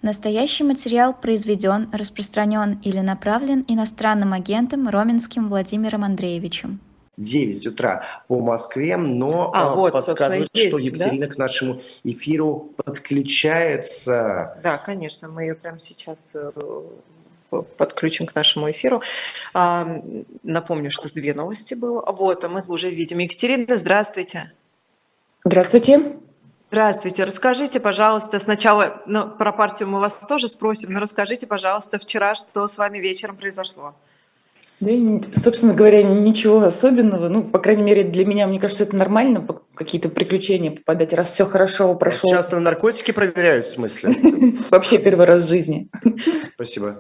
Настоящий материал произведен, распространен или направлен иностранным агентом Роменским Владимиром Андреевичем. 9 утра по Москве, но вот, подсказывает, есть, что Екатерина, да, к нашему эфиру подключается. Да, конечно, мы ее прямо сейчас подключим к нашему эфиру. Напомню, что 2 новости было. Вот, а мы уже видим. Екатерина, здравствуйте. Здравствуйте. Здравствуйте. Расскажите, пожалуйста, сначала, про партию мы вас тоже спросим, но расскажите, пожалуйста, вчера, что с вами вечером произошло? Да, собственно говоря, ничего особенного. Ну, по крайней мере, для меня, мне кажется, это нормально, какие-то приключения попадать, раз все хорошо прошло. Часто наркотики проверяют, в смысле? Вообще первый раз в жизни. Спасибо.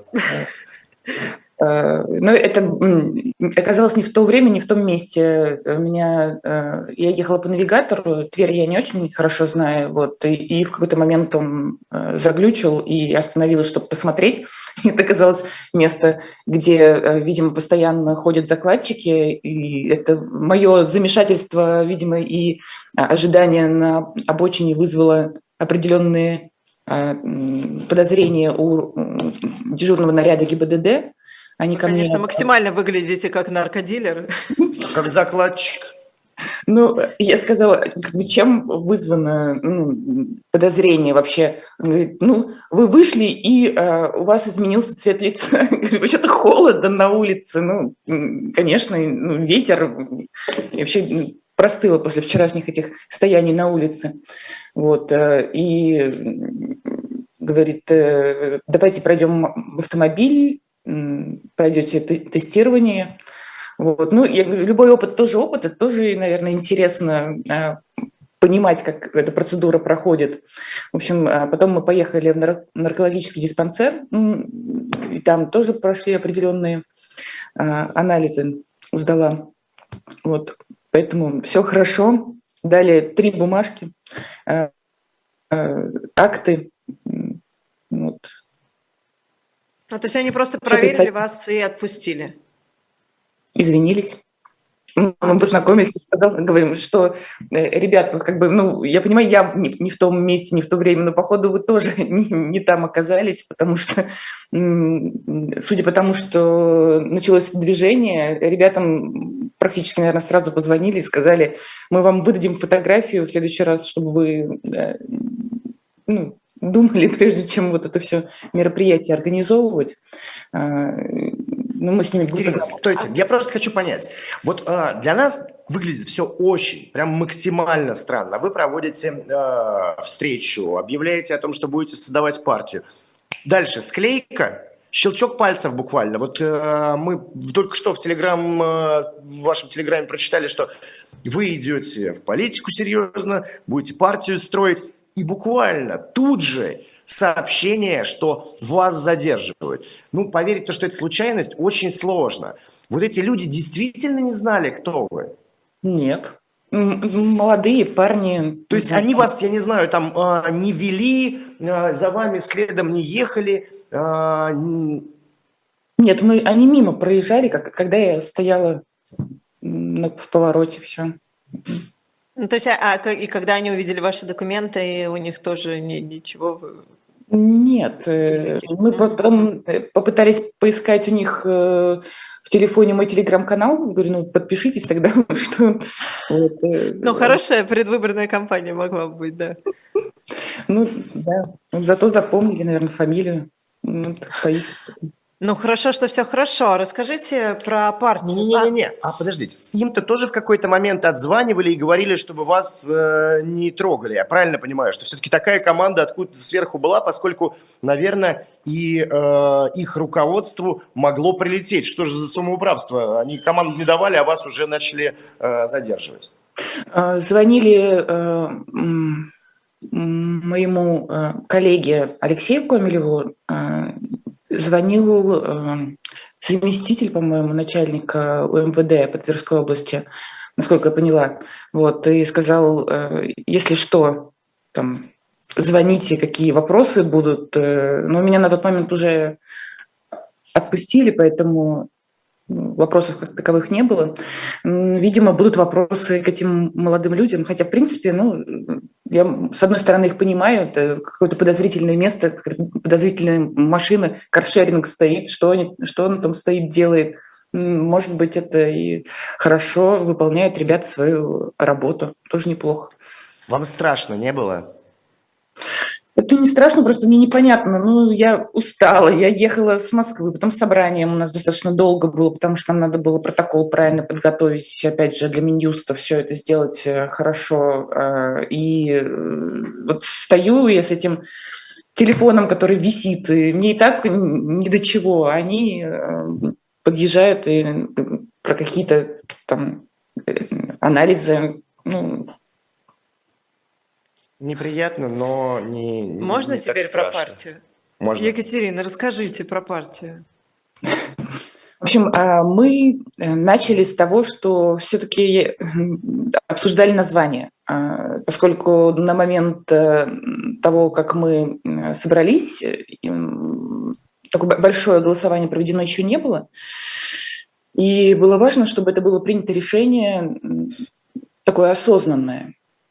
Но это оказалось не в то время, не в том месте. Я ехала по навигатору, Тверь я не очень хорошо знаю, вот, и в какой-то момент он заглючил и остановилась, чтобы посмотреть. И это оказалось место, где, видимо, постоянно ходят закладчики, и это мое замешательство, видимо, и ожидание на обочине вызвало определенные подозрения у дежурного наряда ГИБДД. Вы, конечно, максимально выглядите как наркодилер. Как закладчик. Ну, я сказала, чем вызвано подозрение вообще? Он говорит, вы вышли, и у вас изменился цвет лица. Говорю, что-то холодно на улице. Конечно, ветер. И вообще простыла после вчерашних этих стояний на улице. Вот. И говорит, давайте пройдем в автомобиль, пройдете тестирование. Вот. Любой опыт, это тоже, наверное, интересно понимать, как эта процедура проходит. В общем, потом мы поехали в наркологический диспансер, и там тоже прошли определенные анализы, сдала. Вот. Поэтому все хорошо. Дали 3 бумажки, акты. Вот. То есть они просто проверили вас и отпустили? Извинились. Мы познакомились и говорим, что, ребят, я понимаю, я не в том месте, не в то время, но, походу, вы тоже не там оказались, потому что, судя по тому, что началось движение, ребятам практически, наверное, сразу позвонили и сказали, мы вам выдадим фотографию в следующий раз, чтобы вы думали, прежде чем вот это все мероприятие организовывать. Мы с ними... Екатерина, стойте, я просто хочу понять. Вот для нас выглядит все очень, прям максимально странно. Вы проводите встречу, объявляете о том, что будете создавать партию. Дальше склейка, щелчок пальцев буквально. Вот мы только что в вашем телеграме прочитали, что вы идете в политику серьезно, будете партию строить, и буквально тут же сообщение, что вас задерживают. Поверить, что это случайность, очень сложно. Вот эти люди действительно не знали, кто вы? Нет. Молодые парни. То есть они вас, я не знаю, там не вели, за вами следом не ехали? Нет, они мимо проезжали, когда я стояла в повороте, все. То есть, и когда они увидели ваши документы, у них тоже ничего... Нет, мы потом попытались поискать у них в телефоне мой телеграм-канал. Говорю, подпишитесь тогда, что... хорошая предвыборная кампания могла бы быть, да. Да. Зато запомнили, наверное, фамилию. Хорошо, что все хорошо. Расскажите про партию. Не-не-не, подождите. Им-то тоже в какой-то момент отзванивали и говорили, чтобы вас не трогали. Я правильно понимаю, что все-таки такая команда откуда-то сверху была, поскольку, наверное, и их руководству могло прилететь. Что же за самоуправство? Они команду не давали, а вас уже начали задерживать. Звонили моему коллеге Алексею Комелеву, звонил заместитель, по-моему, начальника УМВД по Тверской области, насколько я поняла, и сказал, если что, звоните, какие вопросы будут. Но меня на тот момент уже отпустили, поэтому вопросов как таковых не было. Видимо, будут вопросы к этим молодым людям, хотя, в принципе, я, с одной стороны, их понимаю, это какое-то подозрительное место, подозрительная машина, каршеринг стоит, что он там стоит, делает. Может быть, это и хорошо, выполняют ребята свою работу, тоже неплохо. Вам страшно не было? Это не страшно, просто мне непонятно. Я устала, я ехала с Москвы, потом собранием у нас достаточно долго было, потому что нам надо было протокол правильно подготовить, опять же, для Минюста все это сделать хорошо. И вот стою я с этим телефоном, который висит, и мне и так ни до чего. Они подъезжают и про какие-то там анализы, Неприятно, но не Можно не так теперь про страшно. партию? Можно. Екатерина, расскажите про партию. В общем, мы начали с того, что все-таки обсуждали название, поскольку на момент того, как мы собрались, такое большое голосование проведено еще не было, и было важно, чтобы это было принято решение такое осознанное.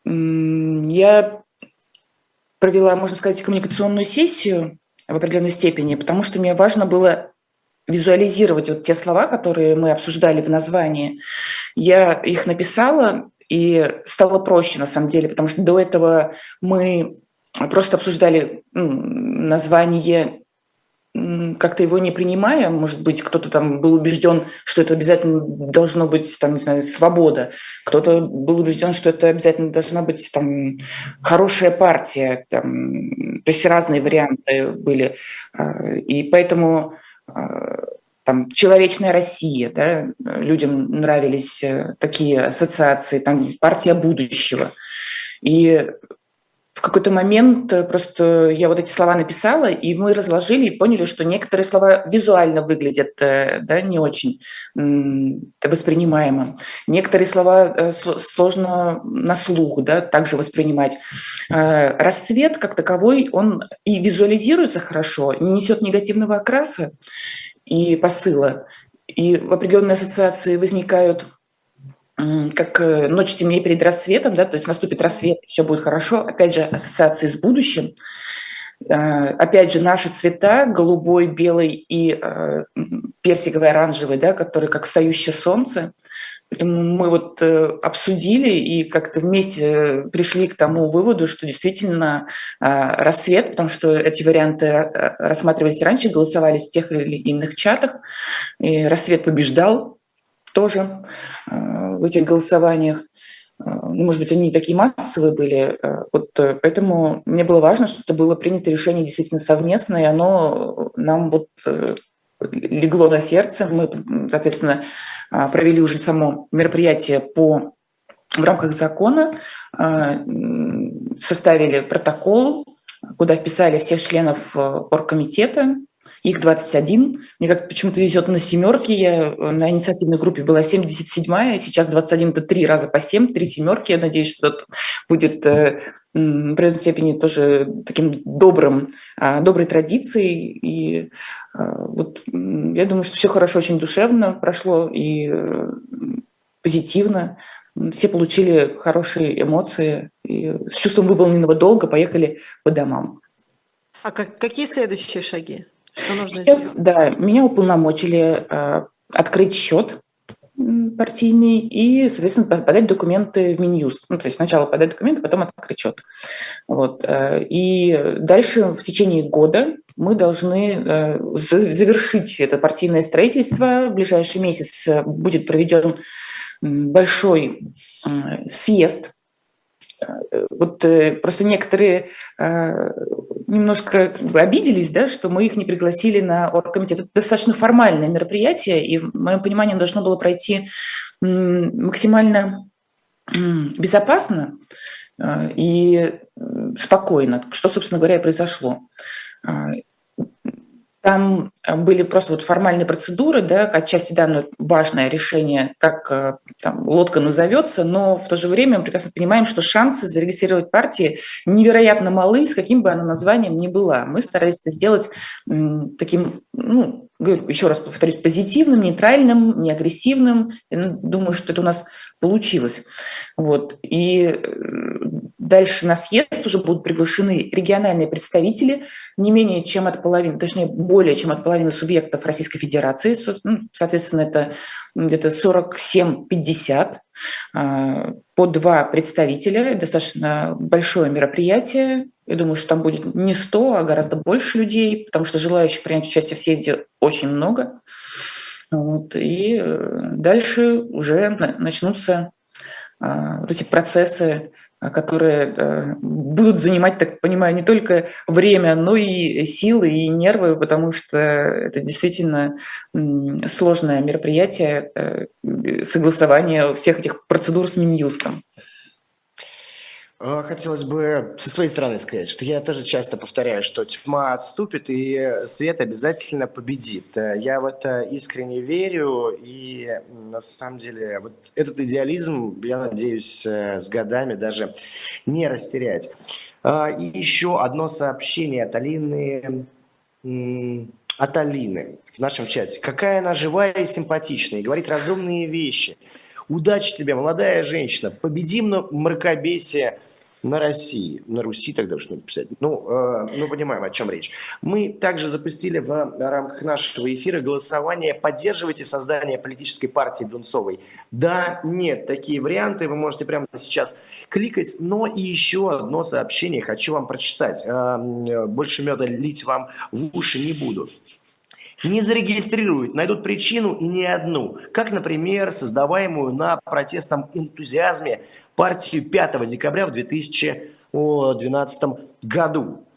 Я провела, можно сказать, коммуникационную сессию в определенной степени, потому что мне важно было визуализировать вот те слова, которые мы обсуждали в названии. Я их написала, и стало проще на самом деле, потому что до этого мы просто обсуждали название, как-то его не принимая. Может быть, кто-то там был убежден, что это обязательно должно быть, там, не знаю, свобода. Кто-то был убежден, что это обязательно должна быть там хорошая партия. Там, то есть разные варианты были. И поэтому там «Человечная Россия», да, людям нравились такие ассоциации, там «Партия будущего». И в какой-то момент просто я вот эти слова написала, и мы разложили и поняли, что некоторые слова визуально выглядят не очень воспринимаемо. Некоторые слова сложно на слух также воспринимать. Расцвет как таковой, он и визуализируется хорошо, не несет негативного окраса и посыла. И в определенные ассоциации возникают как ночь темнее перед рассветом, то есть наступит рассвет, все будет хорошо. Опять же, ассоциации с будущим. Опять же, наши цвета, голубой, белый и персиковый, оранжевый, которые как встающее солнце. Поэтому мы вот обсудили и как-то вместе пришли к тому выводу, что действительно рассвет, потому что эти варианты рассматривались раньше, голосовались в тех или иных чатах, и рассвет побеждал тоже в этих голосованиях. Может быть, они не такие массовые были. Вот поэтому мне было важно, что это было принято решение действительно совместное, и оно нам вот легло на сердце. Мы, соответственно, провели уже само мероприятие в рамках закона, составили протокол, куда вписали всех членов оргкомитета. Их 21. Мне как-то почему-то везет на семерки. Я на инициативной группе была 77-я, сейчас 21 – это 3 раза по 7, 3 семерки. Я надеюсь, что это будет в определенной степени тоже таким доброй традицией. И вот я думаю, что все хорошо, очень душевно прошло и позитивно. Все получили хорошие эмоции и с чувством выполненного долга поехали по домам. А какие следующие шаги? Что нужно Сейчас, сделать? меня уполномочили открыть счет партийный и, соответственно, подать документы в Минюст. То есть сначала подать документы, потом открыть счет. Вот. И дальше в течение года мы должны завершить это партийное строительство. В ближайший месяц будет проведен большой съезд. Вот просто некоторые немножко обиделись, что мы их не пригласили на оргкомитет. Это достаточно формальное мероприятие, и, в моем понимании, должно было пройти максимально безопасно и спокойно, что, собственно говоря, и произошло. Там были просто вот формальные процедуры, отчасти важное решение, как там лодка назовется, но в то же время мы прекрасно понимаем, что шансы зарегистрировать партии невероятно малы, с каким бы она названием ни была. Мы старались это сделать таким говорю, еще раз повторюсь, позитивным, нейтральным, не агрессивным. Я думаю, что это у нас получилось. Вот. И дальше на съезд уже будут приглашены региональные представители, не менее чем от половины, точнее, более чем от половины субъектов Российской Федерации. Соответственно, это где-то 47-50 по 2 представителя. Достаточно большое мероприятие. Я думаю, что там будет не 100, а гораздо больше людей, потому что желающих принять участие в съезде очень много. Вот. И дальше уже начнутся вот эти процессы, которые будут занимать, так понимаю, не только время, но и силы, и нервы, потому что это действительно сложное мероприятие, согласование всех этих процедур с Минюстом. Хотелось бы со своей стороны сказать, что я тоже часто повторяю, что тьма отступит и свет обязательно победит. Я в это искренне верю, и на самом деле вот этот идеализм, я надеюсь, с годами даже не растерять. И еще одно сообщение от Алины в нашем чате. Какая она живая и симпатичная, и говорит разумные вещи. Удачи тебе, молодая женщина. Победим мракобесие на России. На Руси тогда уж надо писать. Мы понимаем, о чем речь. Мы также запустили в рамках нашего эфира голосование. Поддерживайте создание политической партии Дунцовой? Да, нет. Такие варианты вы можете прямо сейчас кликать. Но и еще одно сообщение хочу вам прочитать. Больше меда лить вам в уши не буду. Не зарегистрируют, найдут причину и не одну. Как, например, создаваемую на протестном энтузиазме партию 5 декабря в 2012 году.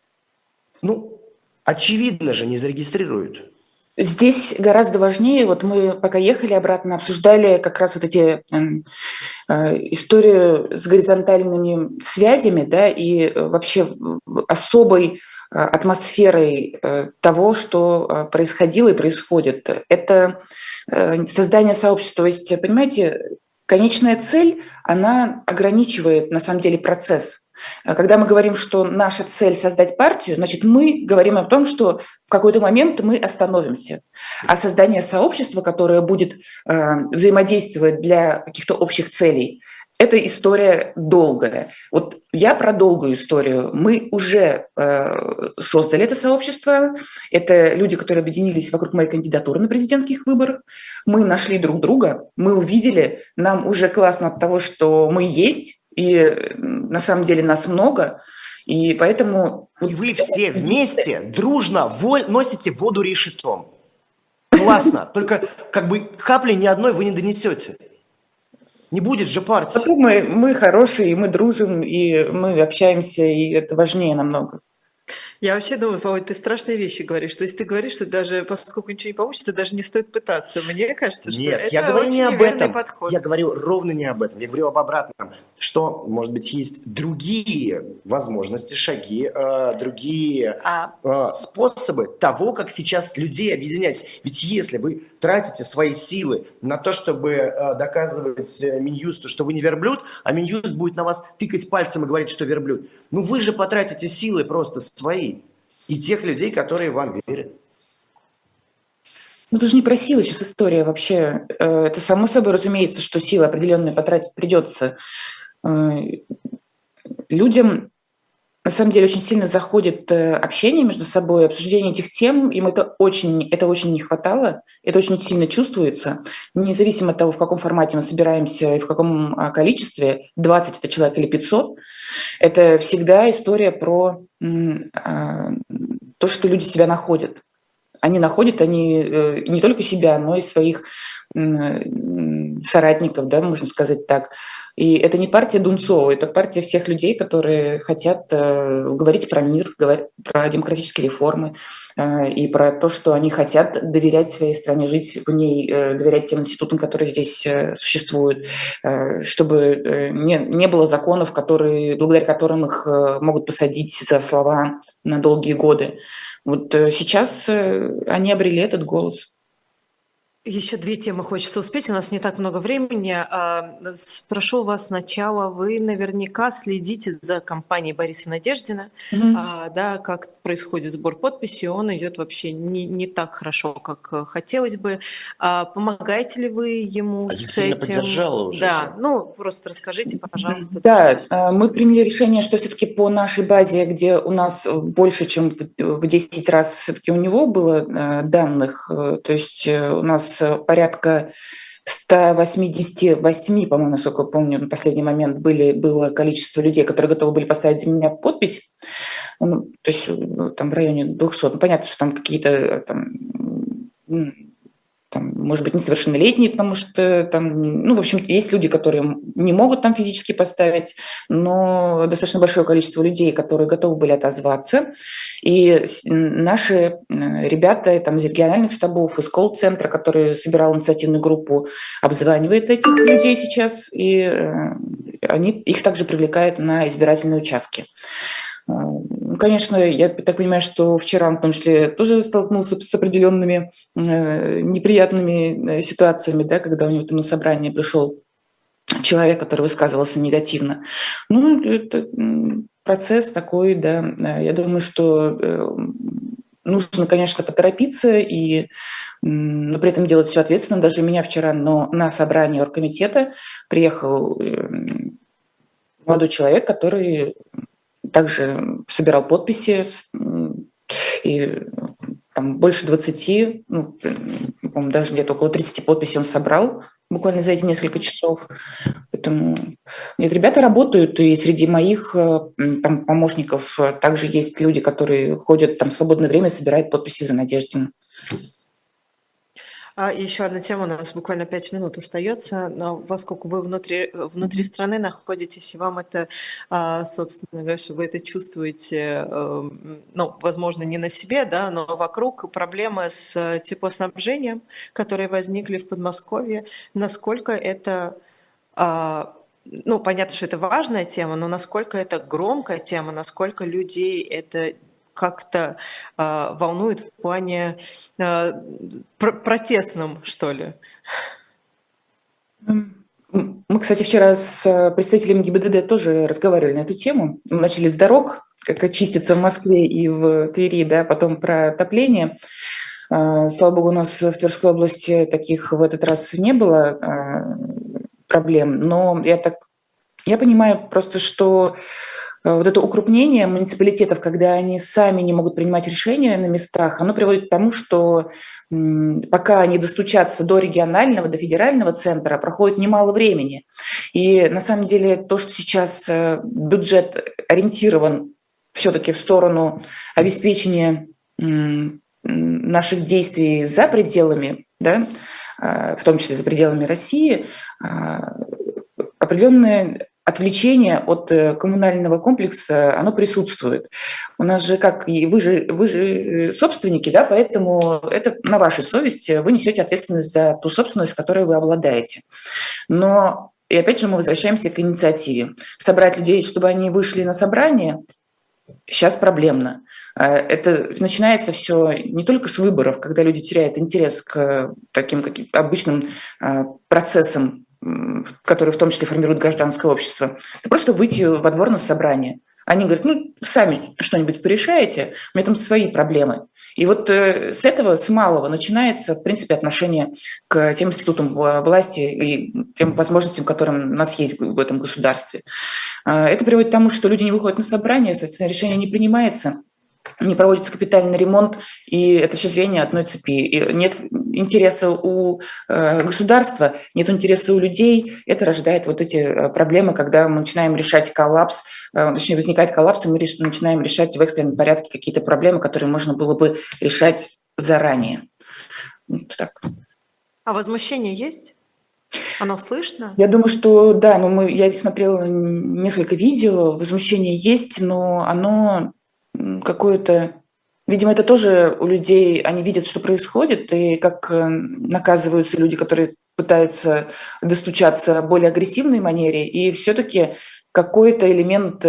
Очевидно же, не зарегистрируют. Здесь гораздо важнее, вот мы пока ехали обратно, обсуждали как раз вот эти историю с горизонтальными связями, да, и вообще особой атмосферой того, что происходило и происходит. Это создание сообщества. То есть, понимаете, конечная цель, она ограничивает на самом деле процесс. Когда мы говорим, что наша цель создать партию, значит, мы говорим о том, что в какой-то момент мы остановимся. А создание сообщества, которое будет взаимодействовать для каких-то общих целей, это история долгая. Вот я про долгую историю. Мы уже создали это сообщество. Это люди, которые объединились вокруг моей кандидатуры на президентских выборах. Мы нашли друг друга, мы увидели, нам уже классно от того, что мы есть, и на самом деле нас много. И поэтому... И вы все вместе дружно носите воду решетом. Классно. Только капли ни одной вы не донесете. Не будет же партии. Потом мы хорошие, и мы дружим, и мы общаемся, и это важнее намного. Я вообще думаю, Володь, ты страшные вещи говоришь. То есть ты говоришь, что даже поскольку ничего не получится, даже не стоит пытаться. Мне кажется, что Нет, это я говорю очень не об неверный этом. подход. Я говорю ровно не об этом. Я говорю об обратном. Что, может быть, есть другие возможности, шаги, другие способы того, как сейчас людей объединять. Ведь если вы тратите свои силы на то, чтобы доказывать Минюсту, что вы не верблюд, а Минюст будет на вас тыкать пальцем и говорить, что верблюд, вы же потратите силы просто свои и тех людей, которые вам верят. Это же не про силы сейчас история вообще. Это само собой разумеется, что силы определенные потратить придется. Людям на самом деле очень сильно заходит общение между собой, обсуждение этих тем. Им это очень не хватало, это очень сильно чувствуется. Независимо от того, в каком формате мы собираемся и в каком количестве, 20 это человек или 500, это всегда история про то, что люди себя находят. Они находят не только себя, но и своих соратников, да, можно сказать так. И это не партия Дунцовой, это партия всех людей, которые хотят говорить про мир, про демократические реформы и про то, что они хотят доверять своей стране, жить в ней, доверять тем институтам, которые здесь существуют, чтобы не было законов, благодаря которым их могут посадить за слова на долгие годы. Вот сейчас они обрели этот голос. Еще две темы хочется успеть, у нас не так много времени. Спрошу вас сначала, вы наверняка следите за кампанией Бориса Надеждина, да, как происходит сбор подписей, он идет вообще не так хорошо, как хотелось бы. Помогаете ли вы ему Их с сильно этим? поддержала уже Да, же. ну просто расскажите, пожалуйста. Да, мы приняли решение, что все-таки по нашей базе, где у нас больше, чем в 10 раз все-таки у него было данных, то есть у нас порядка 188, по-моему, насколько я помню, на последний момент было количество людей, которые готовы были поставить за меня подпись, ну, то есть там в районе 200. Ну, понятно, что там какие-то там, может быть, несовершеннолетние, потому что там, ну, в общем, есть люди, которые не могут там физически поставить, но достаточно большое количество людей, которые готовы были отозваться. И наши ребята там, из региональных штабов, из колл-центра, который собирал инициативную группу, обзванивает этих людей сейчас, и их также привлекают на избирательные участки. Конечно, я так понимаю, что вчера он в том числе тоже столкнулся с определенными неприятными ситуациями, да, когда у него там на собрание пришел человек, который высказывался негативно. Ну, это процесс такой, да. Я думаю, что нужно, конечно, поторопиться но при этом делать все ответственно. Даже меня вчера на собрание оргкомитета приехал молодой человек, который также собирал подписи, и там больше 20, ну, по-моему, даже где-то около 30 подписей он собрал буквально за эти несколько часов. Поэтому нет, ребята работают, и среди моих там, помощников также есть люди, которые ходят там в свободное время, собирают подписи за Надеждина. Еще одна тема, у нас буквально 5 минут остается, но поскольку вы внутри страны находитесь, и вам это, собственно говоря, вы это чувствуете, ну, возможно, не на себе, да, но вокруг проблемы с теплоснабжением, которые возникли в Подмосковье, насколько это, ну, понятно, что это важная тема, но насколько это громкая тема, насколько людей это как-то волнует в плане протестном, что ли? Мы, кстати, вчера с представителями ГИБДД тоже разговаривали на эту тему. Мы начали с дорог, как очиститься в Москве и в Твери, да, потом про отопление. Слава богу, у нас в Тверской области таких в этот раз не было проблем, но я понимаю просто, что вот это укрупнение муниципалитетов, когда они сами не могут принимать решения на местах, оно приводит к тому, что пока они достучатся до регионального, до федерального центра, проходит немало времени. И на самом деле то, что сейчас бюджет ориентирован все-таки в сторону обеспечения наших действий за пределами, да, в том числе за пределами России, определенные отвлечение от коммунального комплекса, оно присутствует. У нас же как, вы же собственники, да, поэтому это на вашей совести, вы несете ответственность за ту собственность, которой вы обладаете. Но, и опять же, мы возвращаемся к инициативе. Собрать людей, чтобы они вышли на собрание, сейчас проблемно. Это начинается все не только с выборов, когда люди теряют интерес к таким обычным процессам, которые в том числе формируют гражданское общество, это просто выйти во двор на собрание. Они говорят, ну, сами что-нибудь порешаете, у меня там свои проблемы. И вот с этого, с малого, начинается, в принципе, отношение к тем институтам власти и тем возможностям, которые у нас есть в этом государстве. Это приводит к тому, что люди не выходят на собрание, соответственно, решение не принимается, не проводится капитальный ремонт, и это все звенья одной цепи. И нет интереса у государства, нет интереса у людей. Это рождает вот эти проблемы, когда мы начинаем решать коллапс, точнее, возникает коллапс, и мы начинаем решать в экстренном порядке какие-то проблемы, которые можно было бы решать заранее. Вот так. А возмущение есть? Оно слышно? Я думаю, что да, я смотрела несколько видео, возмущение есть, но оно какое-то... Видимо, это тоже у людей, они видят, что происходит, и как наказываются люди, которые пытаются достучаться в более агрессивной манере, и все-таки какой-то элемент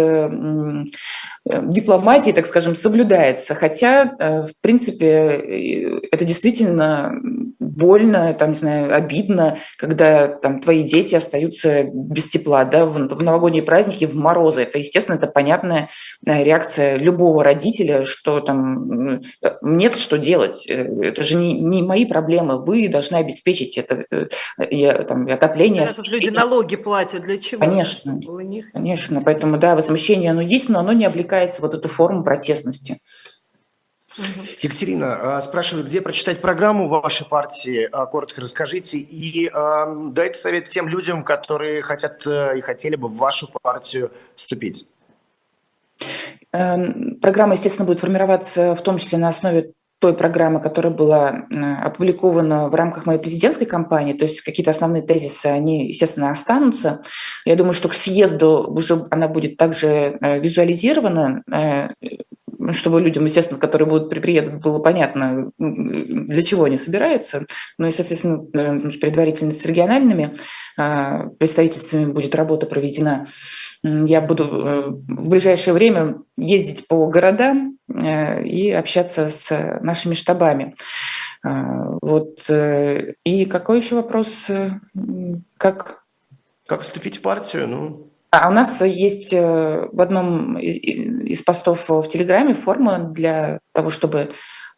дипломатии, так скажем, соблюдается. Хотя, в принципе, это действительно больно, там, не знаю, обидно, когда там твои дети остаются без тепла, да, в новогодние праздники, в морозы. Это, естественно, это понятная реакция любого родителя, что там нет что делать. Это же не мои проблемы. Вы должны обеспечить это там, отопление. Раз уж люди налоги платят, для чего? Конечно, у них... конечно. Поэтому, да, возмущение оно есть, но оно не облекается в вот эту форму протестности. Екатерина спрашивает, где прочитать программу вашей партии. Коротко расскажите. И дайте совет тем людям, которые хотят и хотели бы в вашу партию вступить. Программа, естественно, будет формироваться в том числе на основе той программы, которая была опубликована в рамках моей президентской кампании, то есть какие-то основные тезисы, они, естественно, останутся. Я думаю, что к съезду уже она будет также визуализирована, чтобы людям, естественно, которые приедут, было понятно, для чего они собираются. Ну и, соответственно, предварительно с региональными представительствами будет работа проведена. Я буду в ближайшее время ездить по городам и общаться с нашими штабами. Вот. И какой еще вопрос? Как вступить в партию? У нас есть в одном из постов в Телеграме форма для того, чтобы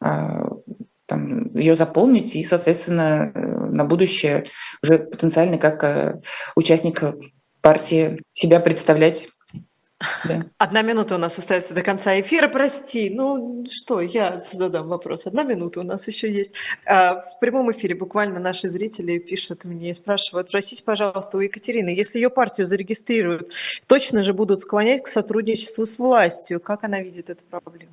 ее заполнить и, соответственно, на будущее уже потенциально как участник партии себя представлять. Да. 1 минута у нас остается до конца эфира, прости. Я задам вопрос. 1 минута у нас еще есть. В прямом эфире буквально наши зрители пишут мне и спрашивают, спросите, пожалуйста, у Екатерины, если ее партию зарегистрируют, точно же будут склонять к сотрудничеству с властью. Как она видит эту проблему?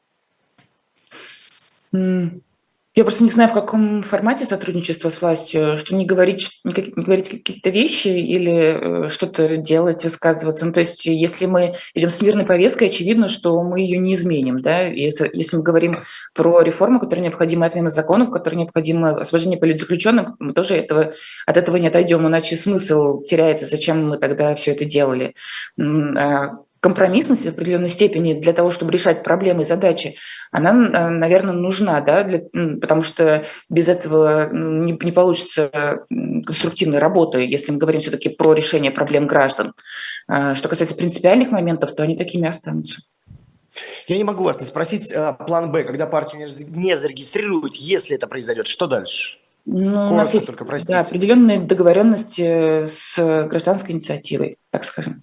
Я просто не знаю, в каком формате сотрудничества с властью, что не говорить какие-то вещи или что-то делать, высказываться. То есть если мы идем с мирной повесткой, очевидно, что мы ее не изменим. Да? Если мы говорим про реформу, которая необходима, отмена законов, которая необходима освобождение политзаключенных, мы тоже от этого не отойдем, иначе смысл теряется, зачем мы тогда все это делали. Компромиссность в определенной степени для того, чтобы решать проблемы и задачи, она, наверное, нужна, да, потому что без этого не получится конструктивной работы, если мы говорим все-таки про решение проблем граждан. Что касается принципиальных моментов, то они такими останутся. Я не могу вас не спросить, план «Б», когда партию не зарегистрируют, если это произойдет, что дальше? У нас есть определенные договоренности с гражданской инициативой, так скажем.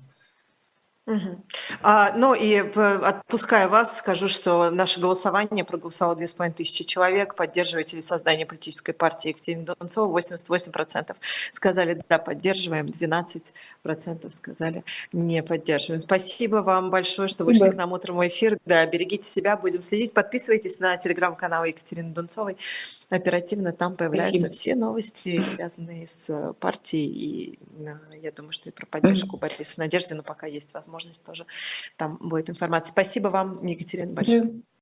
Отпуская вас, скажу, что наше голосование проголосовало 2500 человек. Поддерживаете ли создание политической партии Екатерины Донцовой? 88% сказали «да, поддерживаем», 12% сказали «не поддерживаем». Спасибо вам большое, что вышли к нам утром в эфир. Да, берегите себя, будем следить. Подписывайтесь на телеграм-канал Екатерины Донцовой. Оперативно там появляются все новости, связанные с партией. И я думаю, что и про поддержку Борису Надеждину пока есть возможность тоже. Там будет информация. Спасибо вам, Екатерина, большое.